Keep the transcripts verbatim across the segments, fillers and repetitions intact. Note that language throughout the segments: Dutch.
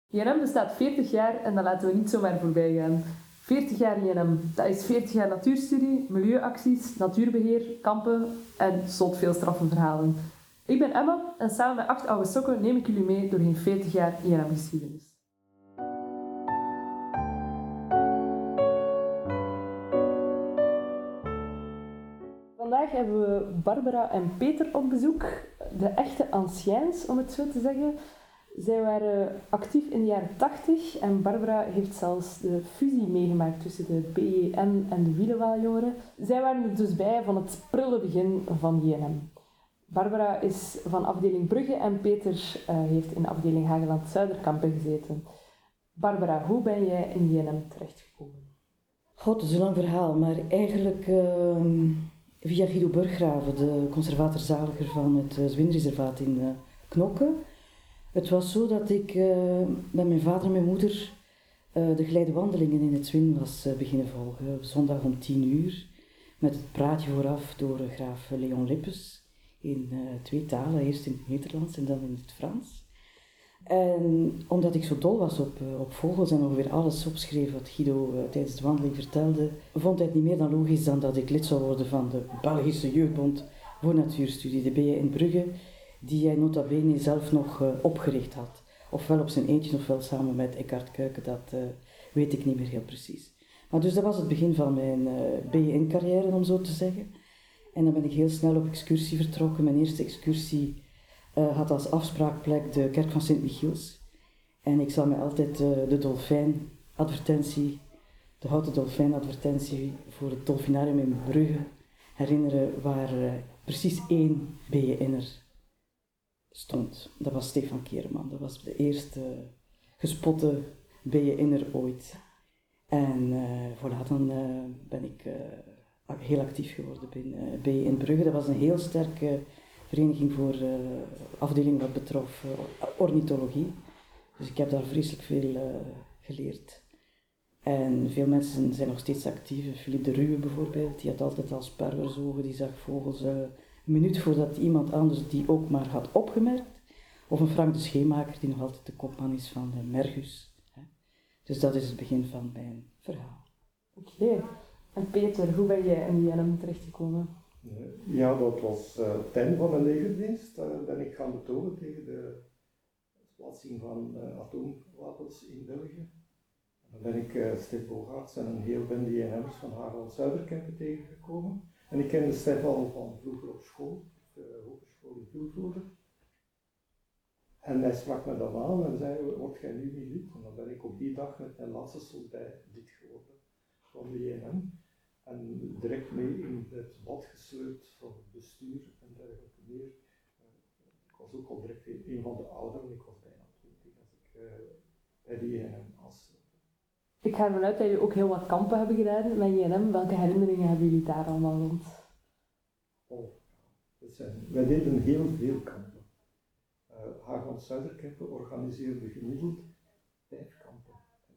I N M bestaat veertig jaar en dat laten we niet zomaar voorbij gaan. veertig jaar I N M, dat is veertig jaar natuurstudie, milieuacties, natuurbeheer, kampen en zot veel straffe verhalen. Ik ben Emma en samen met acht oude sokken neem ik jullie mee doorheen veertig jaar I N M-geschiedenis. Vandaag hebben we Barbara en Peter op bezoek, de echte anciens, om het zo te zeggen. Zij waren actief in de jaren tachtig en Barbara heeft zelfs de fusie meegemaakt tussen de B E N en de Wielenwaaljongeren. Zij waren er dus bij van het prille begin van I N M. Barbara is van afdeling Brugge en Peter uh, heeft in de afdeling Hageland-Zuiderkampen gezeten. Barbara, hoe ben jij in I N M terechtgekomen? God, dat is een lang verhaal, maar eigenlijk uh, via Guido Burggraven, de conservator-zaliger van het uh, Zwinreservaat in uh, Knokke. Het was zo dat ik uh, met mijn vader en mijn moeder uh, de geleide wandelingen in het Zwin was uh, beginnen volgen. Op zondag om tien uur, met het praatje vooraf door uh, graaf Leon Lippes in uh, twee talen, eerst in het Nederlands en dan in het Frans. En omdat ik zo dol was op, uh, op vogels en ongeveer alles opschreef wat Guido uh, tijdens de wandeling vertelde, vond hij het niet meer dan logisch dan dat ik lid zou worden van de Belgische Jeugdbond voor Natuurstudie, de B E in Brugge, die hij nota bene zelf nog uh, opgericht had. Ofwel op zijn eentje, ofwel samen met Eckhart Kuijken, dat uh, weet ik niet meer heel precies. Maar dus dat was het begin van mijn uh, B E in-carrière, om zo te zeggen. En dan ben ik heel snel op excursie vertrokken. Mijn eerste excursie uh, had als afspraakplek de kerk van Sint-Michiels. En ik zal me altijd uh, de dolfijnadvertentie, de houten dolfijnadvertentie voor het dolfinarium in Brugge herinneren, waar uh, precies één B E N'er stond. Dat was Stefan Kereman. Dat was de eerste gespotte B E N'er ooit. En uh, voilà, dan uh, ben ik uh, heel actief geworden binnen uh, B E in Brugge. Dat was een heel sterke vereniging voor uh, afdeling wat betrof uh, ornithologie. Dus ik heb daar vreselijk veel uh, geleerd. En veel mensen zijn nog steeds actief. Philippe de Ruwe bijvoorbeeld, die had altijd als perversogen, die zag vogels uh, een minuut voordat iemand anders die ook maar had opgemerkt. Of een Frank de Scheemaker, die nog altijd de kopman is van uh, Mergus. Hè. Dus dat is het begin van mijn verhaal. Oké. Okay. En Peter, hoe ben jij in I N M terechtgekomen? Ja, dat was uh, het einde van mijn legerdienst. Uh, ben ik gaan betogen tegen de plaatsing van uh, atoomwapens in België. Dan ben ik uh, Stef Bogaerts en een heel bende I N M'ers van Hageland-Zuiderkampen tegengekomen. En ik kende Stef al van vroeger op school, op de hogeschool in Vilvoorde. En hij sprak me dan aan en zei, word jij nu niet lid? En dan ben ik op die dag met mijn laatste slot bij lid geworden van de I N M. En direct mee in het bad gesleurd van het bestuur en dergelijke meer. Ik was ook al direct een van de ouderen, ik was bijna twintig als ik uh, bij de I N M was. Ik ga ervan uit dat jullie ook heel wat kampen hebben gedaan met I N M. Welke herinneringen hebben jullie daar allemaal rond? Oh, dat zijn, wij deden heel veel kampen. Uh, Hageland-Zuiderkampen organiseerde gemiddeld vijf kampen.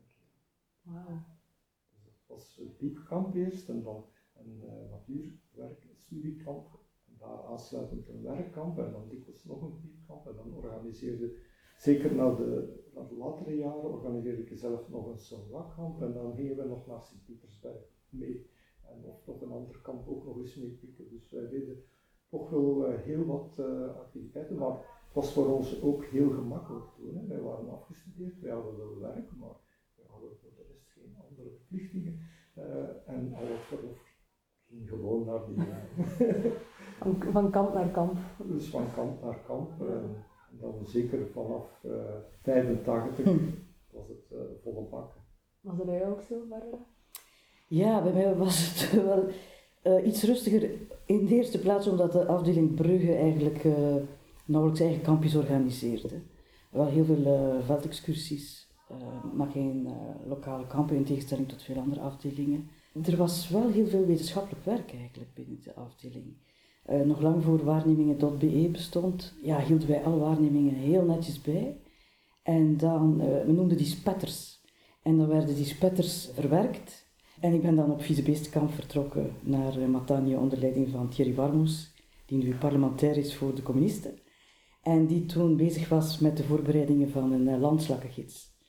Wauw. Dat was het piepkamp eerst en dan een uh, natuurwerkstudiekamp. En daar aansluitend een werkkamp en dan dikwijls nog een piepkamp. En dan organiseerde, zeker na de, na de latere jaren, organiseerde ik zelf nog een Sauvakamp. En dan gingen we nog naar Sint-Pietersberg mee. En of nog een ander kamp ook nog eens meepikken. Dus wij deden toch wel uh, heel wat uh, activiteiten. Maar het was voor ons ook heel gemakkelijk toen. Hè. Wij waren afgestudeerd, wij hadden wel werk, maar we hadden voor de rest geen andere verplichtingen. Uh, en al het verlof ging gewoon naar die. Uh, van, van kamp naar kamp. Dus van kamp naar kamp. Uh, en dan zeker vanaf uh, vijfentachtig hm. was het uh, volle bak. Was dat bij jou ook zo, Barbara? Ja, bij mij was het wel uh, iets rustiger. In de eerste plaats omdat de afdeling Brugge eigenlijk uh, nauwelijks eigen kampjes organiseerde. Wel heel veel uh, veldexcursies. Uh, maar geen uh, lokale kampen in tegenstelling tot veel andere afdelingen. Er was wel heel veel wetenschappelijk werk eigenlijk binnen de afdeling. Uh, nog lang voor waarnemingen.be bestond, ja, hielden wij alle waarnemingen heel netjes bij. En dan, uh, we noemden die spetters. En dan werden die spetters verwerkt. En ik ben dan op Vieze-Beestenkamp vertrokken naar uh, Matanje onder leiding van Thierry Warmoes, die nu parlementair is voor de communisten. En die toen bezig was met de voorbereidingen van een uh, landslakkengids.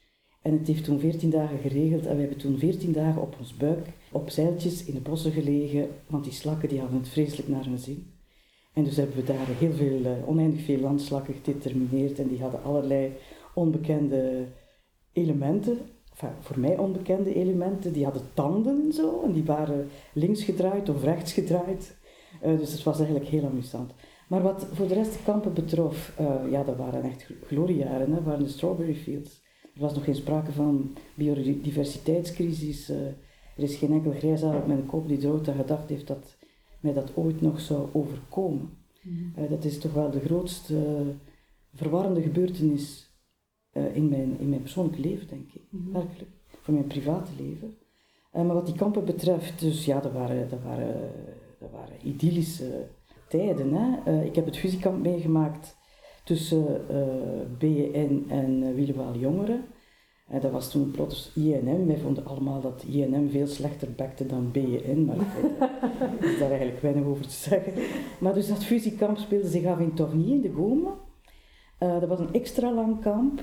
En het heeft toen veertien dagen geregeld en we hebben toen veertien dagen op ons buik, op zeiltjes in de bossen gelegen, want die slakken die hadden het vreselijk naar hun zin. En dus hebben we daar heel veel, uh, oneindig veel landslakken gedetermineerd en die hadden allerlei onbekende elementen, enfin, voor mij onbekende elementen, die hadden tanden en zo, en die waren links gedraaid of rechts gedraaid. Uh, dus het was eigenlijk heel amusant. Maar wat voor de rest de kampen betrof, uh, ja, dat waren echt gloriejaren, hè, dat waren de strawberry fields. Er was nog geen sprake van biodiversiteitscrisis, uh, er is geen enkel grijsaar op mijn kop die er ooit aan gedacht heeft dat mij dat ooit nog zou overkomen. Mm-hmm. Uh, dat is toch wel de grootste uh, verwarrende gebeurtenis uh, in, mijn, in mijn persoonlijk leven, denk ik. Mm-hmm. Werkelijk, voor mijn private leven. Uh, maar wat die kampen betreft, dus ja, dat waren, dat waren, dat waren idyllische tijden. Hè? Uh, ik heb het fusiekamp meegemaakt tussen uh, B N en uh, Willewaal Jongeren. Uh, dat was toen plots I N M. Wij vonden allemaal dat I N M veel slechter bekte dan B N, maar er is daar eigenlijk weinig over te zeggen. Maar dus dat fusiekamp speelde zich af in Torgny in de Gome. Uh, dat was een extra lang kamp.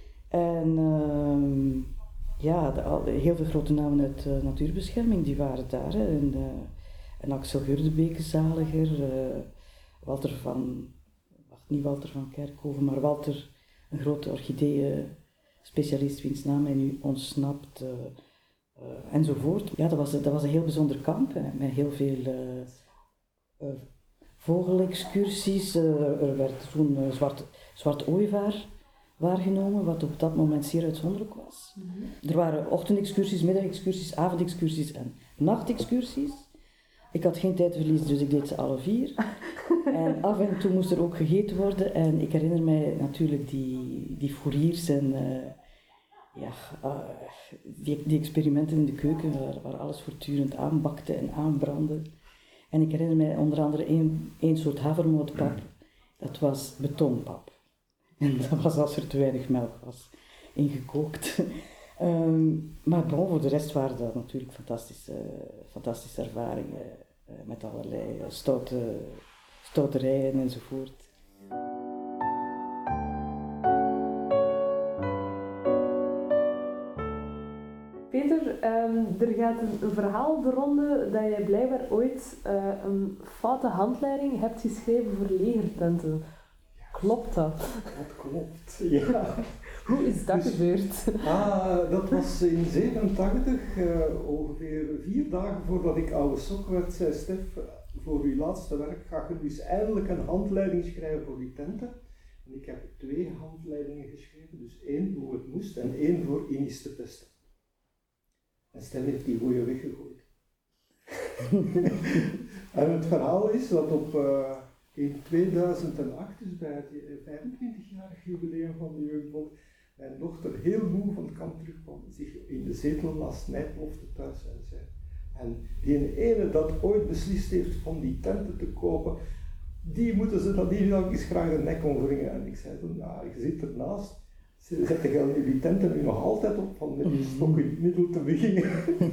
En uh, ja, de, de, heel veel grote namen uit uh, natuurbescherming die waren daar. Hè. En, uh, en Axel Gurdebeke, zaliger, uh, Walter van... niet Walter van Kerkhoven, maar Walter, een grote orchidee-specialist, wiens naam mij nu ontsnapt, uh, uh, enzovoort. Ja, dat was, dat was een heel bijzonder kamp, hè, met heel veel uh, uh, vogelexcursies. Uh, er werd toen uh, zwart, zwart ooievaar waargenomen, wat op dat moment zeer uitzonderlijk was. Mm-hmm. Er waren ochtendexcursies, middagexcursies, avondexcursies en nachtexcursies. Ik had geen tijd te verliezen, dus ik deed ze alle vier. En af en toe moest er ook gegeten worden. En ik herinner mij natuurlijk die, die fouriers en uh, ja, uh, die, die experimenten in de keuken, waar, waar alles voortdurend aanbakte en aanbrandde. En ik herinner mij onder andere één, één soort havermoutpap. Dat was betonpap. En dat was als er te weinig melk was ingekookt. Um, maar bon, voor de rest waren dat natuurlijk fantastische, fantastische ervaringen. Uh, met allerlei stoute, stouterijen enzovoort. Peter, um, er gaat een, een verhaal de ronde dat jij blijkbaar ooit uh, een foute handleiding hebt geschreven voor legertenten. Klopt dat? Dat klopt, ja. Hoe is dat dus, gebeurd? Ah, dat was in zevenentachtig, uh, ongeveer vier dagen voordat ik oude sok werd, zei Stef, voor uw laatste werk ga je dus eindelijk een handleiding schrijven voor die tenten. En ik heb twee handleidingen geschreven, dus één hoe het moest en één voor Inis te testen. En Stef heeft die gooien weggegooid. En het verhaal is dat op... Uh, in tweeduizend acht, dus bij het vijfentwintigjarig jubileum van de Jeugdbond, mijn dochter heel moe van het kamp terugkwam, zich in de zetel naast mij plofte thuis en zei, en die ene dat ooit beslist heeft om die tenten te kopen, die moeten ze dat die dan eens graag de nek omwringen. En ik zei toen, ja, je zit ernaast, zet je nu die tenten nu nog altijd op, van met die stok in het middel te beginnen.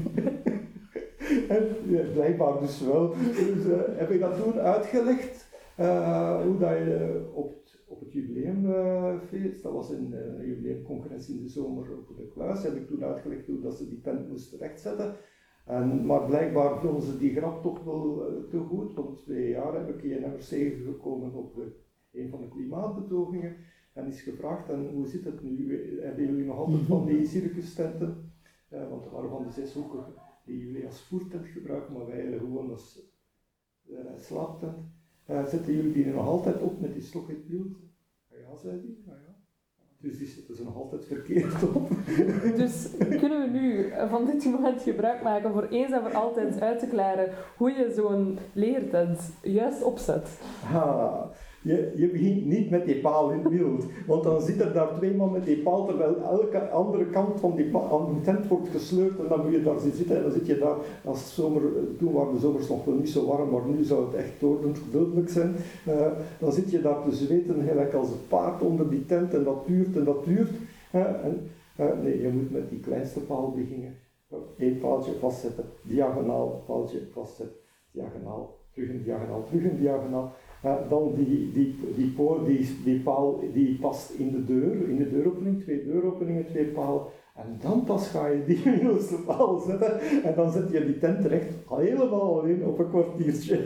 En ja, blijkbaar dus wel. Dus uh, heb ik dat toen uitgelegd. Uh, hoe dat je op het, op het jubileumfeest, dat was een, een jubileumconferentie in de zomer op de Kluis, heb ik toen uitgelegd hoe dat ze die tent moesten rechtzetten. En, maar blijkbaar vonden ze die grap toch wel uh, te goed, want twee jaar heb ik hier naar gekomen op de, een van de klimaatbetogingen en is gevraagd, en hoe zit het nu, hebben jullie nog altijd van die circustenten, uh, want er waren van de zes hoeken die jullie als voertent gebruiken, maar wij gewoon als uh, slaaptent. Uh, zetten jullie die nog altijd op met die stok in het wild? Ja, ja, zei hij. Ja, ja. Dus die zetten ze nog altijd verkeerd op. Dus kunnen we nu van dit moment gebruik maken voor eens en voor altijd uit te klaren hoe je zo'n leertent juist opzet? Ah, je, je begint niet met die paal in het wild, want dan zit er daar twee man met die paal, terwijl elke andere kant van die paal aan de tent wordt gesleurd en dan moet je daar zitten en dan zit je daar als zomer, toen waren de zomers nog wel niet zo warm, maar nu zou het echt dodelijk zijn, uh, dan zit je daar te zweten gelijk als een paard onder die tent en dat duurt en dat duurt. Uh, en, uh, nee, je moet met die kleinste paal beginnen, één paaltje vastzetten, diagonaal, paaltje vastzetten, diagonaal, terug een diagonaal, terug een diagonaal. Uh, dan die, die, die, poor, die, die paal die past in de deur, in de deuropening, twee deuropeningen, twee palen. En dan pas ga je die in Oosterpaal zetten en dan zet je die tent terecht helemaal alleen op een kwartiertje.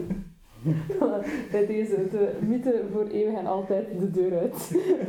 Bij deze, de mythe voor eeuwig en altijd de deur uit.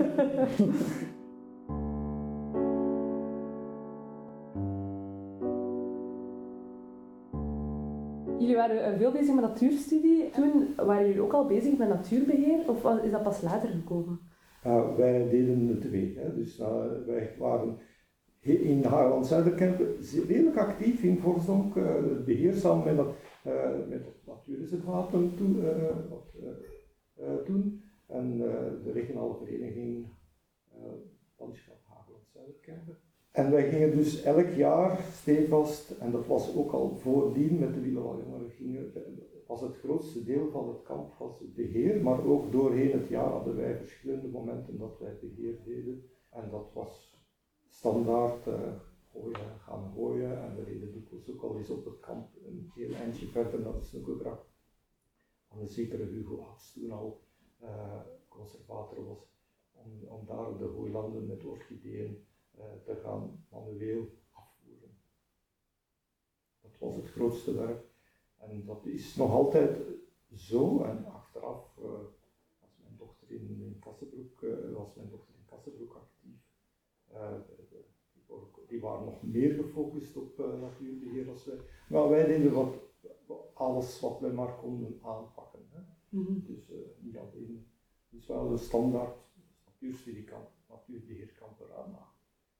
Jullie waren veel bezig met natuurstudie. Toen waren jullie ook al bezig met natuurbeheer of is dat pas later gekomen? Uh, wij deden de twee. Hè. Dus, uh, wij waren in Haarland-Zuiderkempen redelijk actief in Voorsdonk. Uh, het beheer samen met, dat, uh, met het natuurreservaten toen, uh, wat, uh, uh, toen. En uh, de regionale vereniging uh, Landschap Haarland-Zuiderkempen. En wij gingen dus elk jaar stevast, en dat was ook al voordien met de Wielenwal-Jongeren, gingen, was het grootste deel van het kamp was het beheer, maar ook doorheen het jaar hadden wij verschillende momenten dat wij beheer deden. En dat was standaard uh, gooien, gaan gooien, en we deden dikwijls ook al eens op het kamp een heel eindje verder naar de Snoekelgracht. En een zekere Hugo Hats toen al uh, conservator was, om, om daar de hooilanden met orchideeën Uh, te gaan manueel afvoeren. Dat was het grootste werk en dat is nog altijd zo. En achteraf uh, was mijn dochter in, in Kassebroek, uh, was mijn dochter in Kassebroek actief. Uh, die, die waren nog meer gefocust op uh, natuurbeheer als wij. Maar wij deden wat, alles wat wij maar konden aanpakken. Hè. Mm-hmm. Dus uh, niet alleen, dus wel de standaard natuurstudiekamp, natuurbeheerkamp eraan na.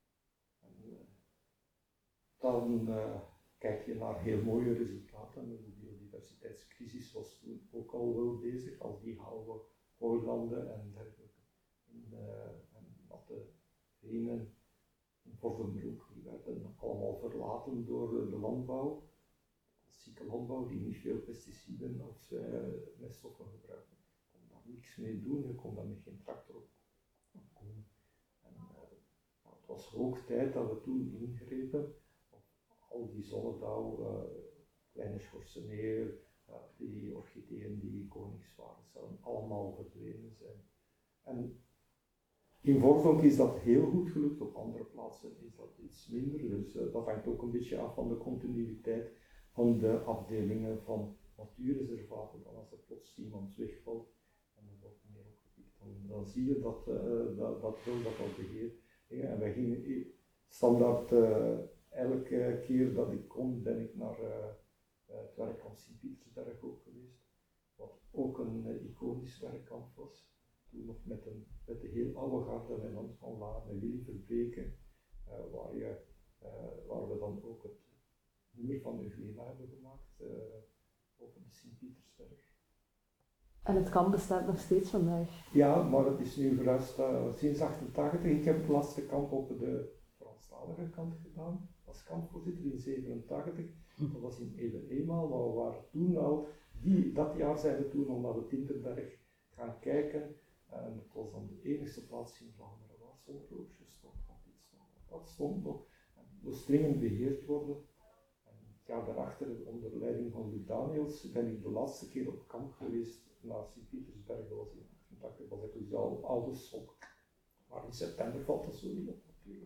Dan uh, kijk je naar heel mooie resultaten. De biodiversiteitscrisis was toen ook al wel bezig, al die oude hooilanden en dergelijke. En, uh, en natte venen in Vorstenbroek, die werden allemaal verlaten door de landbouw, klassieke landbouw die niet veel pesticiden of uh, meststoffen gebruikten. Je kon daar niks mee doen, je kon daar met geen tractor op komen. En, uh, het was ook tijd dat we toen ingrepen. Al die zonnedauw, uh, kleine schorseneer, uh, die orchideeën die koningsvaren zouden allemaal verdwenen zijn. En in Voorsdonk is dat heel goed gelukt, op andere plaatsen is dat iets minder. Dus uh, dat hangt ook een beetje af van de continuïteit van de afdelingen van natuurreservaten. Dan als er plots iemand wegvalt en er wordt meer opgepikt, dan, dan zie je dat uh, dat, dat wel dat al beheer. Ja, en wij gingen standaard. Uh, Elke keer dat ik kon, ben ik naar uh, het werkkamp Sint-Pietersberg ook geweest, wat ook een uh, iconisch werkkamp was. Toen nog met, een, met de heel oude garde met Hans van Laar, met Willy Verbeke, uh, waar, je, uh, waar we dan ook het nummer van Eugena hebben gemaakt uh, over de Sint-Pietersberg. En het kamp bestaat nog steeds vandaag? Ja, maar het is nu verhuisd uh, sinds achtentachtig. Ik heb het laatste kamp op de Franstalige kant gedaan. Als kampvoorzitter in zevenentachtig, dat was in Ede eenmaal, maar we waren toen al, die, dat jaar zijn we toen al naar de Tinterberg gaan kijken en dat was dan de enige plaats in Vlaanderen waar zo'n roosje stond, want dit stond, dat stond nog en die moest dringend beheerd worden. En het jaar daarachter, onder leiding van Luc Daniels, ben ik de laatste keer op kamp geweest naar Sint-Pietersberg, dat was in achtentachtig, was ik dus al oude sok, maar in september valt dat zo niet op.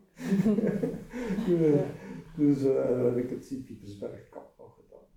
uh, dus uh, heb ik het Sint-Pietersberg kamp nog gedaan.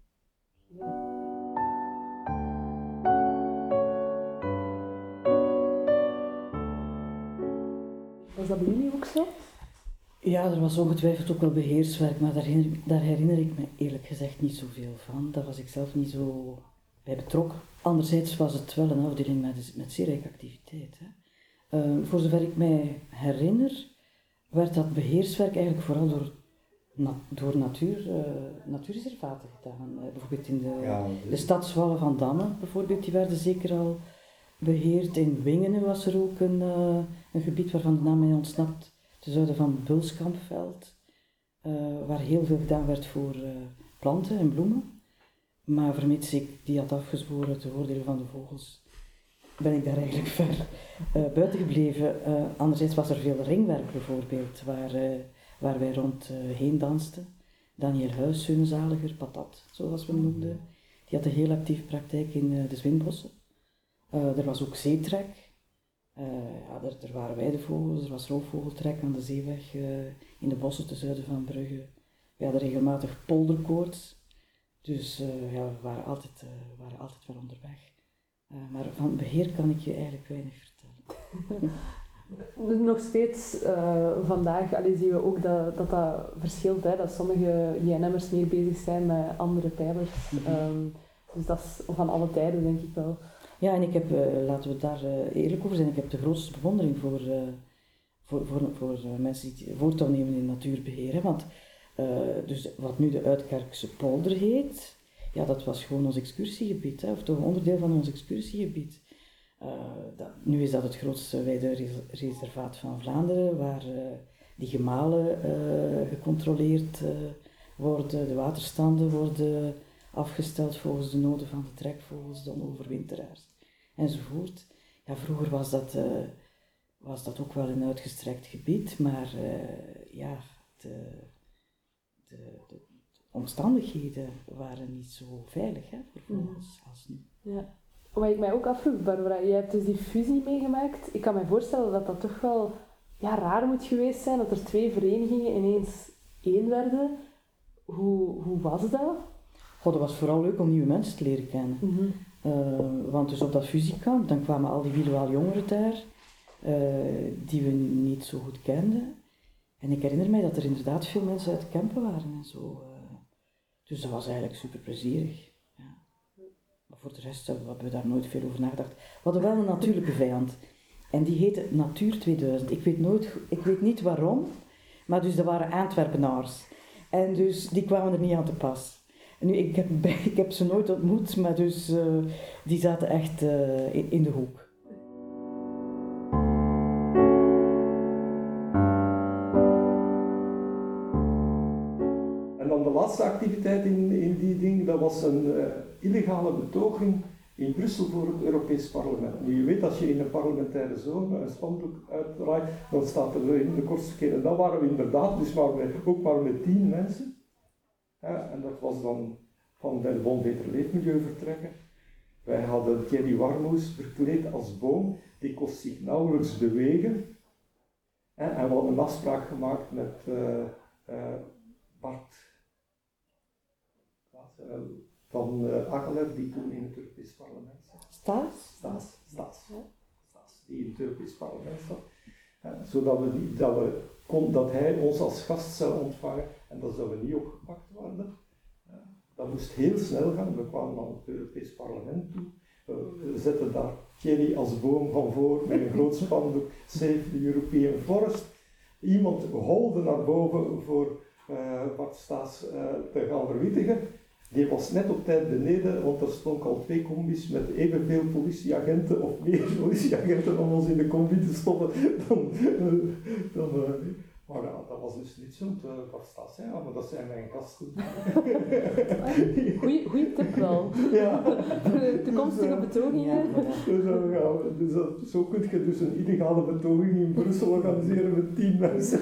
Was dat bij jullie ook zo? Ja, er was ongetwijfeld ook wel beheerswerk, maar daar herinner, daar herinner ik me eerlijk gezegd niet zoveel van. Daar was ik zelf niet zo bij betrokken. Anderzijds was het wel een afdeling met, met zeer rijke activiteit. Hè. Uh, voor zover ik mij herinner, werd dat beheerswerk eigenlijk vooral door, na, door natuur, uh, natuurreservaten gedaan. Uh, bijvoorbeeld in de, ja, de... de stadswallen van Damme, bijvoorbeeld, die werden zeker al beheerd. In Wingenen was er ook een, uh, een gebied waarvan de naam mij ontsnapt, ten zuiden van het Bulskampveld, uh, waar heel veel gedaan werd voor uh, planten en bloemen. Maar vermits ik die had afgezworen ten voordele van de vogels, ben ik daar eigenlijk ver uh, buiten gebleven. Uh, anderzijds was er veel ringwerk bijvoorbeeld, waar, uh, waar wij rond uh, heen dansten. Daniel Huis, Zeunzaliger, Patat, zoals we hem noemden, die had een heel actieve praktijk in uh, de Zwinbossen. Uh, er was ook zeetrek. Uh, ja, er, er waren weidevogels, er was roofvogeltrek aan de zeeweg, uh, in de bossen ten zuiden van Brugge. We hadden regelmatig polderkoorts, dus uh, ja, we waren altijd, uh, waren altijd wel onderweg. Uh, maar van beheer kan ik je eigenlijk weinig vertellen. Dus nog steeds uh, vandaag allee, zien we ook dat dat, dat verschilt, hè, dat sommige J N M'ers meer bezig zijn met andere pijlers. Mm-hmm. Um, dus dat is van alle tijden, denk ik wel. Ja, en ik heb, uh, laten we daar uh, eerlijk over zijn, ik heb de grootste bewondering voor, uh, voor, voor, voor uh, mensen die voortouw nemen in natuurbeheer. Hè, want uh, dus wat nu de Uitkerkse polder heet, ja, dat was gewoon ons excursiegebied, hè, of toch een onderdeel van ons excursiegebied. Uh, dat, nu is dat het grootste weidereservaat van Vlaanderen, waar uh, die gemalen uh, gecontroleerd uh, worden, de waterstanden worden afgesteld volgens de noden van de trekvogels, de onoverwinteraars enzovoort. Ja, vroeger was dat, uh, was dat ook wel een uitgestrekt gebied, maar uh, ja, de, de, de omstandigheden waren niet zo veilig, hè, voor vogels als nu. Ja. Wat ik mij ook afvroeg, Barbara, je hebt dus die fusie meegemaakt. Ik kan me voorstellen dat dat toch wel ja, raar moet geweest zijn, dat er twee verenigingen ineens één werden. Hoe, hoe was dat? Goh, dat was vooral leuk om nieuwe mensen te leren kennen. Mm-hmm. Uh, want dus op dat fusiekamp, dan kwamen al die Wieluwaal jongeren daar, uh, die we niet zo goed kenden. En ik herinner mij dat er inderdaad veel mensen uit Kempen waren en zo. Uh, dus dat was eigenlijk super plezierig. Maar voor de rest hebben we daar nooit veel over nagedacht. We hadden wel een natuurlijke vijand. En die heette Natuur tweeduizend. Ik weet, nooit, ik weet niet waarom, maar dus dat waren Antwerpenaars. En dus die kwamen er niet aan te pas. En nu, ik, heb, ik heb ze nooit ontmoet, maar dus uh, die zaten echt uh, in, in de hoek. En dan de laatste activiteit in, in die ding, dat was een uh, illegale betoging in Brussel voor het Europees Parlement. Nu, je weet, als je in een parlementaire zone een spandoek uitdraait, dan staat er in de kortste keer. En dat waren we inderdaad, dus waren we ook maar met tien mensen. Ja, en dat was dan van de Bon Beter Leefmilieu vertrekken. Wij hadden Thierry Warmoes verkleed als boom, die kon zich nauwelijks bewegen. En, en we hadden een afspraak gemaakt met uh, uh, Bart uh, van uh, Achelev, die toen in het Europees Parlement zat. Staes? Staes, Staes. Ja. Staes, die in het Europees Parlement zat. Uh, zodat we die, dat, we kon, dat hij ons als gast zou ontvangen en dat zou we niet opgepakt worden. Uh, dat moest heel snel gaan, we kwamen naar het Europees Parlement toe. Uh, we zetten daar Thierry als boom van voor met een groot spandoek, Save the European Forest. Iemand holde naar boven voor uh, Bart Staes uh, te gaan verwittigen. Die was net op tijd beneden, want er stonden al twee combis met evenveel politieagenten of meer politieagenten om ons in de combi te stoppen. Dan, uh, dan, uh, maar ja, dat was dus niet zo. Uh, Bart Staes zei, ja, maar dat zijn mijn gasten. Goeie, goeie tip wel. Ja. Voor de toekomstige dus, betogingen. Dus, uh, ja, dus, uh, zo kun je dus een illegale betoging in Brussel organiseren met tien mensen.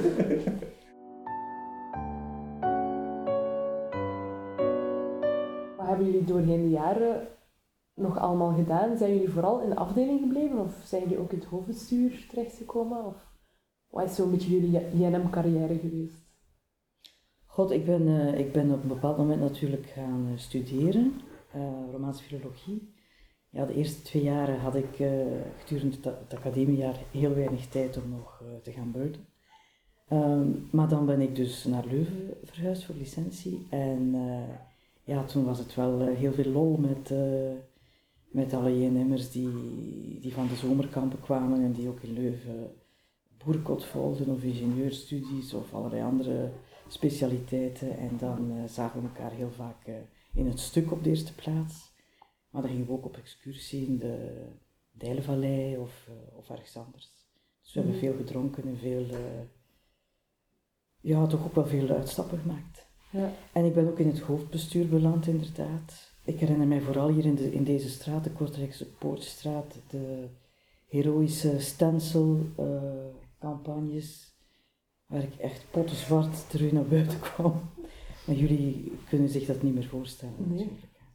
Hebben jullie doorheen de jaren nog allemaal gedaan? Zijn jullie vooral in de afdeling gebleven of zijn jullie ook in het hoofdbestuur terechtgekomen? Of wat is zo'n beetje jullie J N M-carrière geweest? God, ik ben, uh, ik ben op een bepaald moment natuurlijk gaan uh, studeren, uh, Romaanse filologie. Ja, de eerste twee jaren had ik uh, gedurende het, het academiejaar heel weinig tijd om nog uh, te gaan buiten. Um, maar dan ben ik dus naar Leuven verhuisd voor licentie en uh, ja, toen was het wel uh, heel veel lol met, uh, met alle J N M'ers die, die van de zomerkampen kwamen en die ook in Leuven boerenkot volgden of ingenieurstudies of allerlei andere specialiteiten. En dan uh, zagen we elkaar heel vaak uh, in het stuk op de eerste plaats. Maar dan gingen we ook op excursie in de Dijlenvallei of, uh, of ergens anders. Dus we mm. hebben veel gedronken en veel, uh, ja, toch ook wel veel uitstappen gemaakt. Ja. En ik ben ook in het hoofdbestuur beland, inderdaad. Ik herinner mij vooral hier in, de, in deze straat, de Kortrijkse Poortstraat, de heroïsche stencilcampagnes, uh, waar ik echt pottenzwart terug naar buiten kwam. Maar jullie kunnen zich dat niet meer voorstellen, nee. Natuurlijk.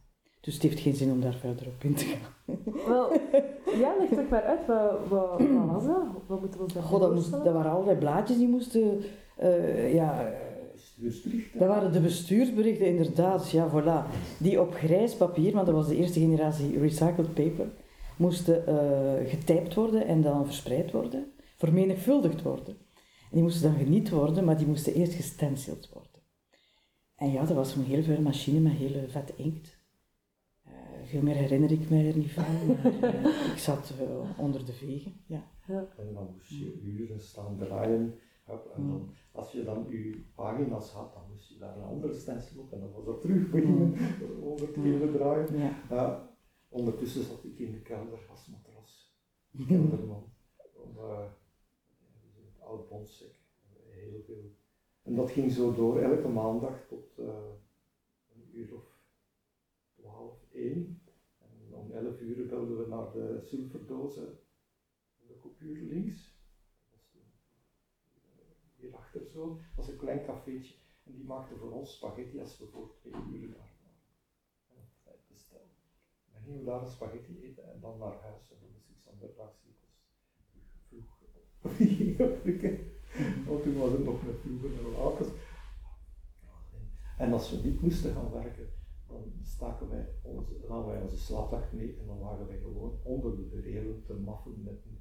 Dus het heeft geen zin om daar verder op in te gaan. Wel, ja, leg toch maar uit, wat, wat, wat was dat? Wat moeten we ons daarvoor God, dat, moest, voorstellen? dat waren allerlei blaadjes die moesten, uh, ja... Bestuursberichten. Dat waren de bestuursberichten, inderdaad, ja, voilà. Die op grijs papier, want dat was de eerste generatie recycled paper, moesten uh, getypt worden en dan verspreid worden, vermenigvuldigd worden. En die moesten dan geniet worden, maar die moesten eerst gestencild worden. En ja, dat was een hele vuile machine met hele vette inkt. Uh, veel meer herinner ik mij er niet van, maar uh, ik zat uh, onder de vegen, ja. Ja. En dan moest je uren staan draaien. En dan, als je dan je pagina's had, dan moest je daar een andere stencil op en dan was dat terug beginnen mm. over het hele draaien. Ja. Uh, ondertussen zat ik in de kelder als matras, kelderman, om uh, het oud bondsek, heel veel. En dat ging zo door elke maandag tot uh, een uur of twaalf, één. En om elf uur belden we naar de zilverdozen, de coupure links. Hierachter zo, was een klein cafeetje en die maakte voor ons spaghetti als we voor twee uur daar waren. En dat bestelde. Dan gingen we daar een spaghetti eten en dan naar huis en dan moest ik zondagdags vroeg vroeg want toen was het nog met vroeger en later. En als we niet moesten gaan werken, dan staken wij onze, namen wij onze slaapdag mee en dan waren wij gewoon onder de burelen te maffen met een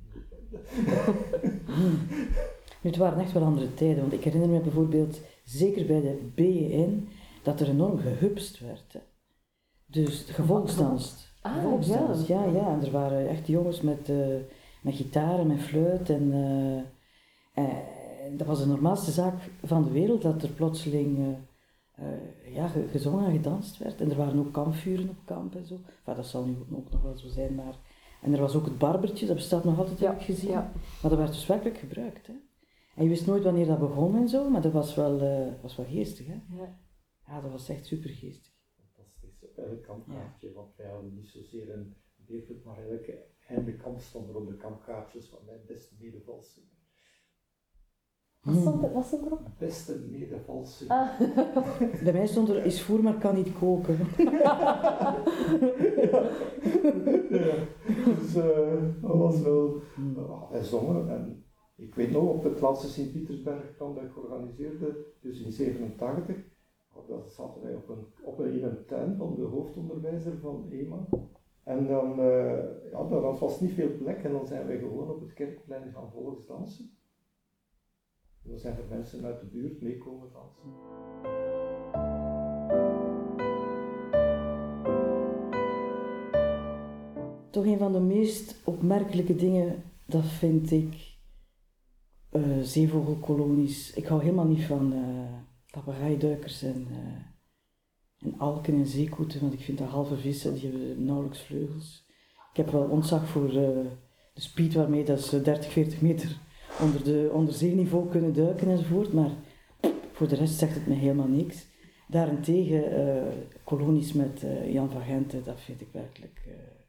Nu, het waren echt wel andere tijden, want ik herinner me bijvoorbeeld, zeker bij de B E N, dat er enorm gehupst werd. Hè. Dus gevolksdanst. Ah, gevolksdanst, ja. ja, ja. En er waren echt jongens met, uh, met gitaren, met fluit en uh, uh, dat was de normaalste zaak van de wereld, dat er plotseling uh, uh, ja, gezongen en gedanst werd. En er waren ook kampvuren op kamp en zo. Enfin, dat zal nu ook nog wel zo zijn, maar... En er was ook het barbertje, dat bestaat nog altijd, ja, heb ik gezien. Ja. Maar dat werd dus werkelijk gebruikt. Hè. En je wist nooit wanneer dat begon en zo, maar dat was wel, uh, was wel geestig. Hè. Ja. Ja, dat was echt super geestig. Fantastisch, op elk kampkaartje, ja. Want wij hadden niet zozeer een beeld, maar elke einde kamp stond er op de kampkaartjes van mijn beste medevalsinger. Wat stond, er, wat stond erop? Beste medevalsinger. Ah. Bij mij stond er, is voer maar kan niet koken. ja. ja, dus uh, dat was wel, uh, wij zongen en ik weet nog op het laatste Sint-Pietersberg-kamp dat ik organiseerde, dus in zevenentachtig, dat zaten wij op een, op een, in een tuin van de hoofdonderwijzer van E M A. En dan, uh, ja, daar was niet veel plek en dan zijn wij gewoon op het kerkplein gaan volksdansen. En dan zijn er mensen uit de buurt meekomen dansen. Toch een van de meest opmerkelijke dingen, dat vind ik uh, zeevogelkolonies. Ik hou helemaal niet van uh, papegaaiduikers en, uh, en alken en zeekoeten, want ik vind dat halve vissen, die hebben nauwelijks vleugels. Ik heb wel ontzag voor uh, de speed waarmee dat ze dertig, veertig meter onder, de, onder zeeniveau kunnen duiken enzovoort, maar voor de rest zegt het me helemaal niks. Daarentegen, uh, kolonies met uh, Jan van Genthe, dat vind ik werkelijk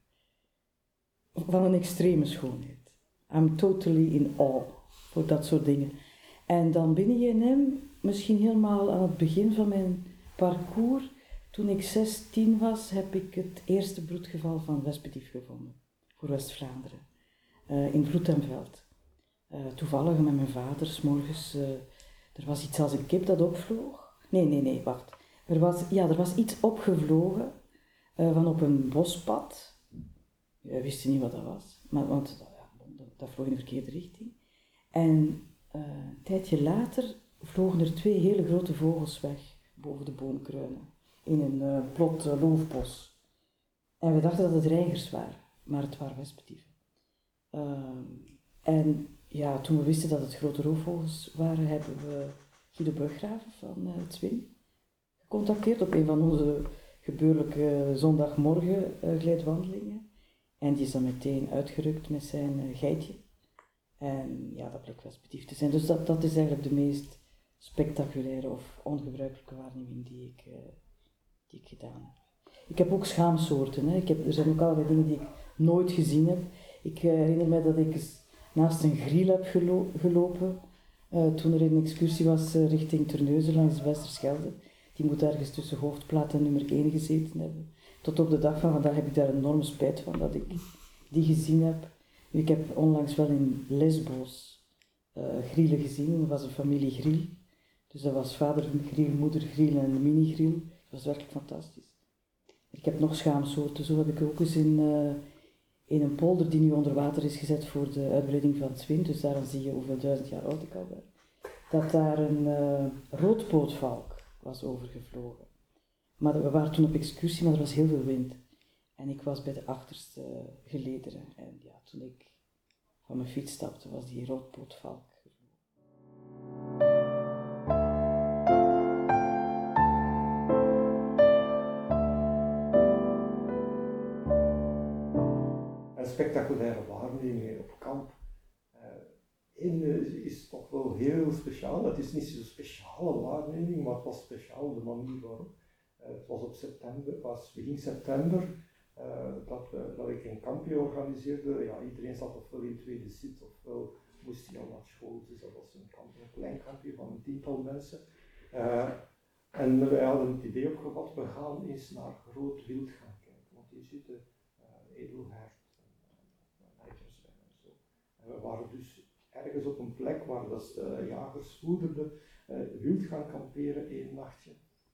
uh, van een extreme schoonheid. I'm totally in awe voor dat soort dingen. En dan binnen J N M, misschien helemaal aan het begin van mijn parcours, toen ik zestien was, heb ik het eerste broedgeval van wespendief gevonden voor West-Vlaanderen, uh, in Vloed en Veld. Uh, toevallig met mijn vader, 's morgens, uh, er was iets als een kip dat opvloog. Nee, nee, nee, wacht. Er was, ja, er was iets opgevlogen uh, van op een bospad. We wisten niet wat dat was, maar, want ja, dat, dat vloog in de verkeerde richting. En uh, een tijdje later vlogen er twee hele grote vogels weg boven de boomkruinen in een uh, plot uh, loofbos. En we dachten dat het reigers waren, maar het waren wespendieven. Uh, en ja, toen we wisten dat het grote roofvogels waren, hebben we Guido Burggraven van uh, het Zwin gecontacteerd op een van onze gebeurlijke zondagmorgen uh, glijdwandelingen. En die is dan meteen uitgerukt met zijn uh, geitje. En ja, dat bleek wespendief te zijn. Dus dat, dat is eigenlijk de meest spectaculaire of ongebruikelijke waarneming die ik, uh, die ik gedaan heb. Ik heb ook schaamsoorten. Hè. Ik heb, er zijn ook allerlei dingen die ik nooit gezien heb. Ik uh, herinner me dat ik eens naast een grill heb gelo- gelopen uh, toen er een excursie was uh, richting Terneuzen langs de Westerschelde. Die moet ergens tussen Hoofdplaat en nummer één gezeten hebben. tot op de dag van vandaag heb ik daar enorme spijt van dat ik die gezien heb. Ik heb onlangs wel in Lesbos uh, grillen gezien, dat was een familie grill. Dus dat was vadergrill, moedergrill en mini-grill. Dat was werkelijk fantastisch. Ik heb nog schaamsoorten, zo heb ik ook eens in, uh, in een polder die nu onder water is gezet voor de uitbreiding van het Zwin, dus daarom zie je hoeveel duizend jaar oud ik al ben, dat daar een uh, roodpootvalk was overgevlogen. Maar we waren toen op excursie, maar er was heel veel wind. En ik was bij de achterste uh, gelederen. En ja, toen ik van mijn fiets stapte, was die roodpootvalk gevlogen. En spectaculaire waarnemingen op kamp. Eén uh, is toch wel heel speciaal. Het is niet zo'n speciale waarneming, maar het was speciaal de manier waarop. Uh, het was op september, het was begin september. Uh, dat, uh, dat ik een kampje organiseerde. Ja, iedereen zat ofwel in tweede zit ofwel moest hij al naar school. Dus dat was een, kamp, een klein kampje van een tiental mensen. Uh, en wij hadden het idee opgevat, we gaan eens naar groot wild gaan kijken. Want hier zitten uh, edelhert en lijkerswijn en zo. En we waren dus ergens op een plek waar dat, uh, jagers voederden, uh, wild gaan kamperen één nachtje.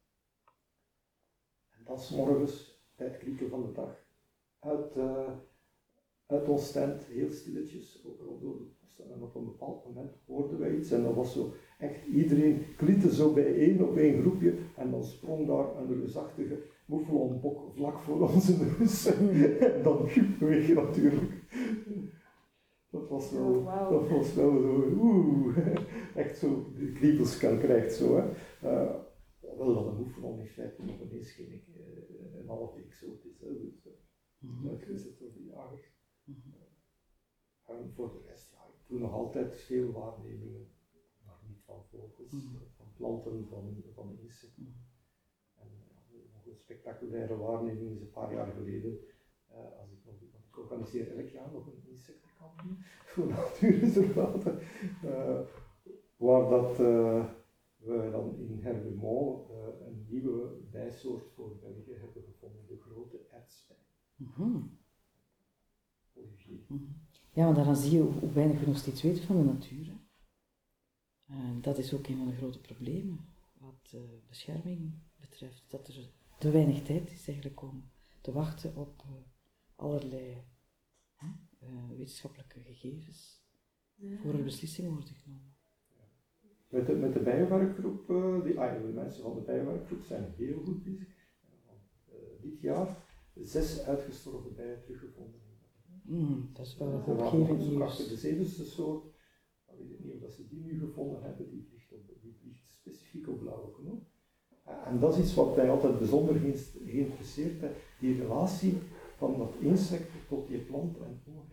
En dan 's morgens, bij het klikken van de dag, uit, uh, uit ons tent, heel stilletjes, overal door de bossen. En op een bepaald moment hoorden wij iets en dat was zo, echt iedereen klitte zo bijeen op één groepje en dan sprong daar een reusachtige mouflonbok vlak voor onze neus. En dan weg natuurlijk. Dat was wel, oh, wow. dat was wel zo, oeh, echt zo, de kriebels kan krijgt zo. Hè. Uh, wel dat een mouflon in feite nog ineens geen een half exotisch, hè, dus uh, uitgezet door de jagers. Mm-hmm. Uh, en voor de rest, ja, ik doe nog altijd veel waarnemingen, maar niet van vogels, mm-hmm. van planten, van, van insecten. Mm-hmm. En ja, nog een spectaculaire waarneming is een paar jaar geleden, uh, als ik nog, want ik organiseer elk jaar nog een insectenkampje voor natuurreservaten, uh, waar dat uh, we dan in Herbermont uh, een nieuwe bijsoort voor België hebben gevonden, de grote ertspijn. Mm-hmm. Mm-hmm. Ja, maar daaraan zie je hoe, hoe weinig we nog steeds weten van de natuur. Hè. En dat is ook een van de grote problemen wat uh, bescherming betreft, dat er te weinig tijd is eigenlijk om te wachten op uh, allerlei hè, uh, wetenschappelijke gegevens ja. voor er beslissingen worden genomen. Met de, met de bijenwerkgroep, uh, die, ah, de mensen van de bijenwerkgroep zijn heel goed bezig. Uh, dit jaar zes uitgestorven bijen teruggevonden. Mm, dat is wel een hoopgevend nieuws. De zevenste soort, ik weet niet of ze die nu gevonden hebben, die vliegt, op, die vliegt specifiek op blauwe knoop. Uh, en dat is iets wat mij altijd bijzonder geïnteresseerd heeft, die relatie van dat insect tot die plant en omgekeerd.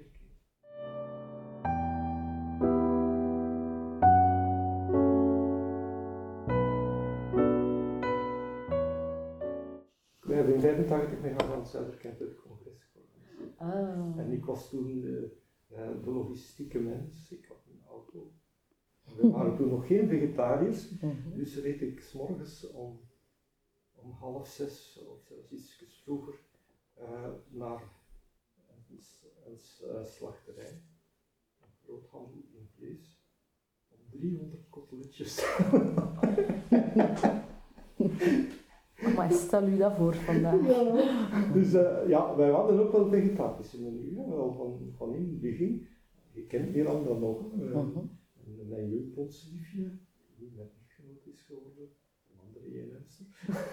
We hebben in vijfentachtig met Harald Zuiderkemp het congres georganiseerd. Ah. En ik was toen de, de logistieke mens, ik had een auto. We waren toen nog geen vegetariërs, mm-hmm. dus reed ik 's morgens om, om half zes of zelfs iets vroeger uh, naar een, een, een slachterij, een groothandel in vlees, om driehonderd koteletjes. Maar stel u dat voor vandaag. Ja. Dus uh, ja, wij hadden ook wel vegetarische menu, hè, wel van, van in het begin. Je kent Miranda nog, uh, uh-huh. mijn jeugdbondsliefje, die mijn echtgenoot is geworden, een andere Jenenster.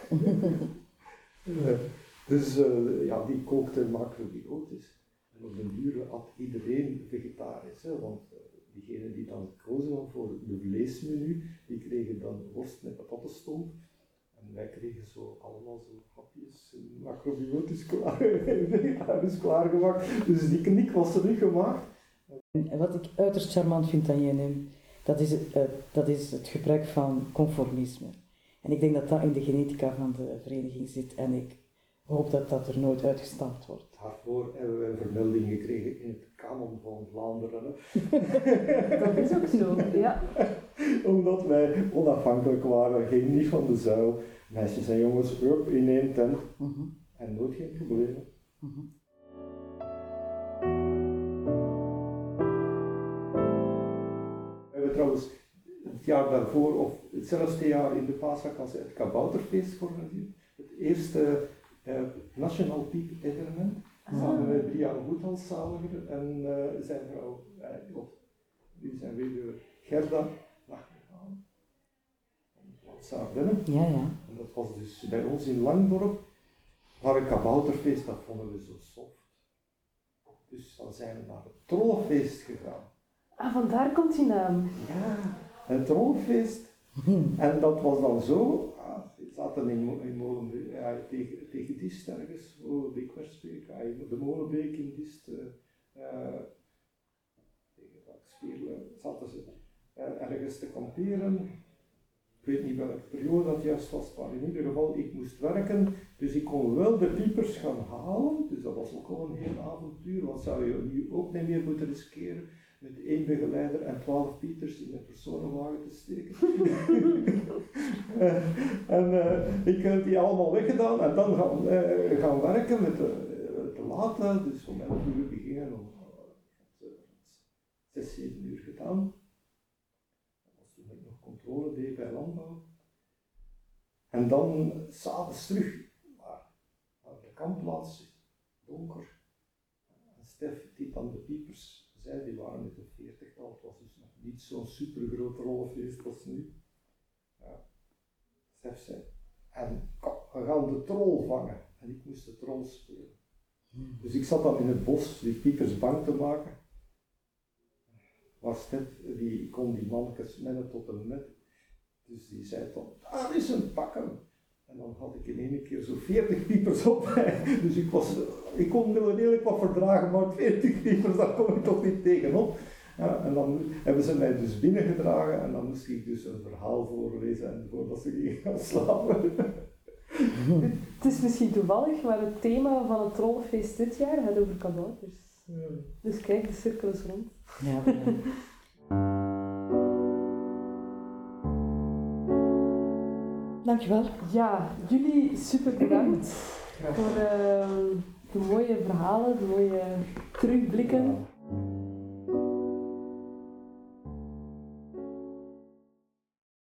uh, dus uh, ja, die kookte macrobiotisch. En op den duur had iedereen vegetarisch, hè, want uh, diegenen die dan kozen voor de vleesmenu, die kregen dan worst met patattenstomp. En wij kregen zo allemaal zo hapjes, macrobiotisch klaar, vegetarisch klaargemaakt. Dus die knik was er niet gemaakt. En wat ik uiterst charmant vind aan J N M, dat is, het, uh, dat is het gebruik van conformisme. En ik denk dat dat in de genetica van de vereniging zit en ik hoop dat dat er nooit uitgestampt wordt. Daarvoor hebben we een vermelding gekregen in het kanon van Vlaanderen. Dat is ook zo, ja. Omdat wij onafhankelijk waren, geen niet van de zuil. Meisjes en jongens, up in één tent. Uh-huh. En nooit geen problemen. Mm-hmm. We hebben trouwens het jaar daarvoor, of hetzelfde jaar in de paasvakantie, het Kabouterfeest georganiseerd. Het eerste uh, National Piep evenement. Ah. Samen met Brian Goethals-Zaliger en uh, zijn vrouw, uh, of, die zijn weduwe Gerda Nachtegaal. Van Ardennen. Ja, ja. En dat was dus bij ons in Langdorp. Maar een kabouterfeest, dat vonden we zo soft. Dus dan zijn we naar het Trollenfeest gegaan. Ah, vandaar komt die naam. Ja, een Trollenfeest. En dat was dan zo, ah, we zaten in, in Molenbeek, ja, tegen, tegen Dist ergens, Molenbeek-Westbeek, ja, de Molenbeek in Dist, uh, uh, tegen Vaksveerle, zaten ze uh, ergens te kamperen. Ik weet niet welke periode dat juist was, maar in ieder geval, ik moest werken, dus ik kon wel de piepers gaan halen, dus dat was ook al een heel avontuur, want zou je nu ook niet meer moeten riskeren met één begeleider en twaalf piepers in een personenwagen te steken. uh, en uh, ik heb die allemaal weggedaan en dan gaan, uh, gaan werken met de, te laat, dus om elf uur beginnen, om uh, zes, zeven uur gedaan. Toen ik nog controle deed bij landbouw. En dan s'avonds terug naar, naar de kampplaats, donker. En Stef die dan de piepers zei, die waren met een veertigtal, het was dus nog niet zo'n supergroot rollenfeest als nu. Ja. Stef zei, en kom, we gaan de troll vangen. En ik moest de troll spelen. Hmm. Dus ik zat dan in het bos die piepers bang te maken. Maar Stef, die kon die mannetjes mennen tot een met. Dus die zei dan, daar is een pakken. En dan had ik in één keer zo veertig piepers op mij. Dus ik, was, ik kon wel redelijk wat verdragen, maar veertig piepers, daar kom ik toch niet tegenop. Ja, en dan hebben ze mij dus binnengedragen en dan moest ik dus een verhaal voorlezen en voordat ze gingen gaan slapen. Het is misschien toevallig, maar het thema van het Trollenfeest dit jaar gaat over kabouters. Ja. Dus kijk, de cirkel is rond. Ja, voilà. Dankjewel. Ja, jullie super bedankt voor uh, de mooie verhalen, de mooie terugblikken.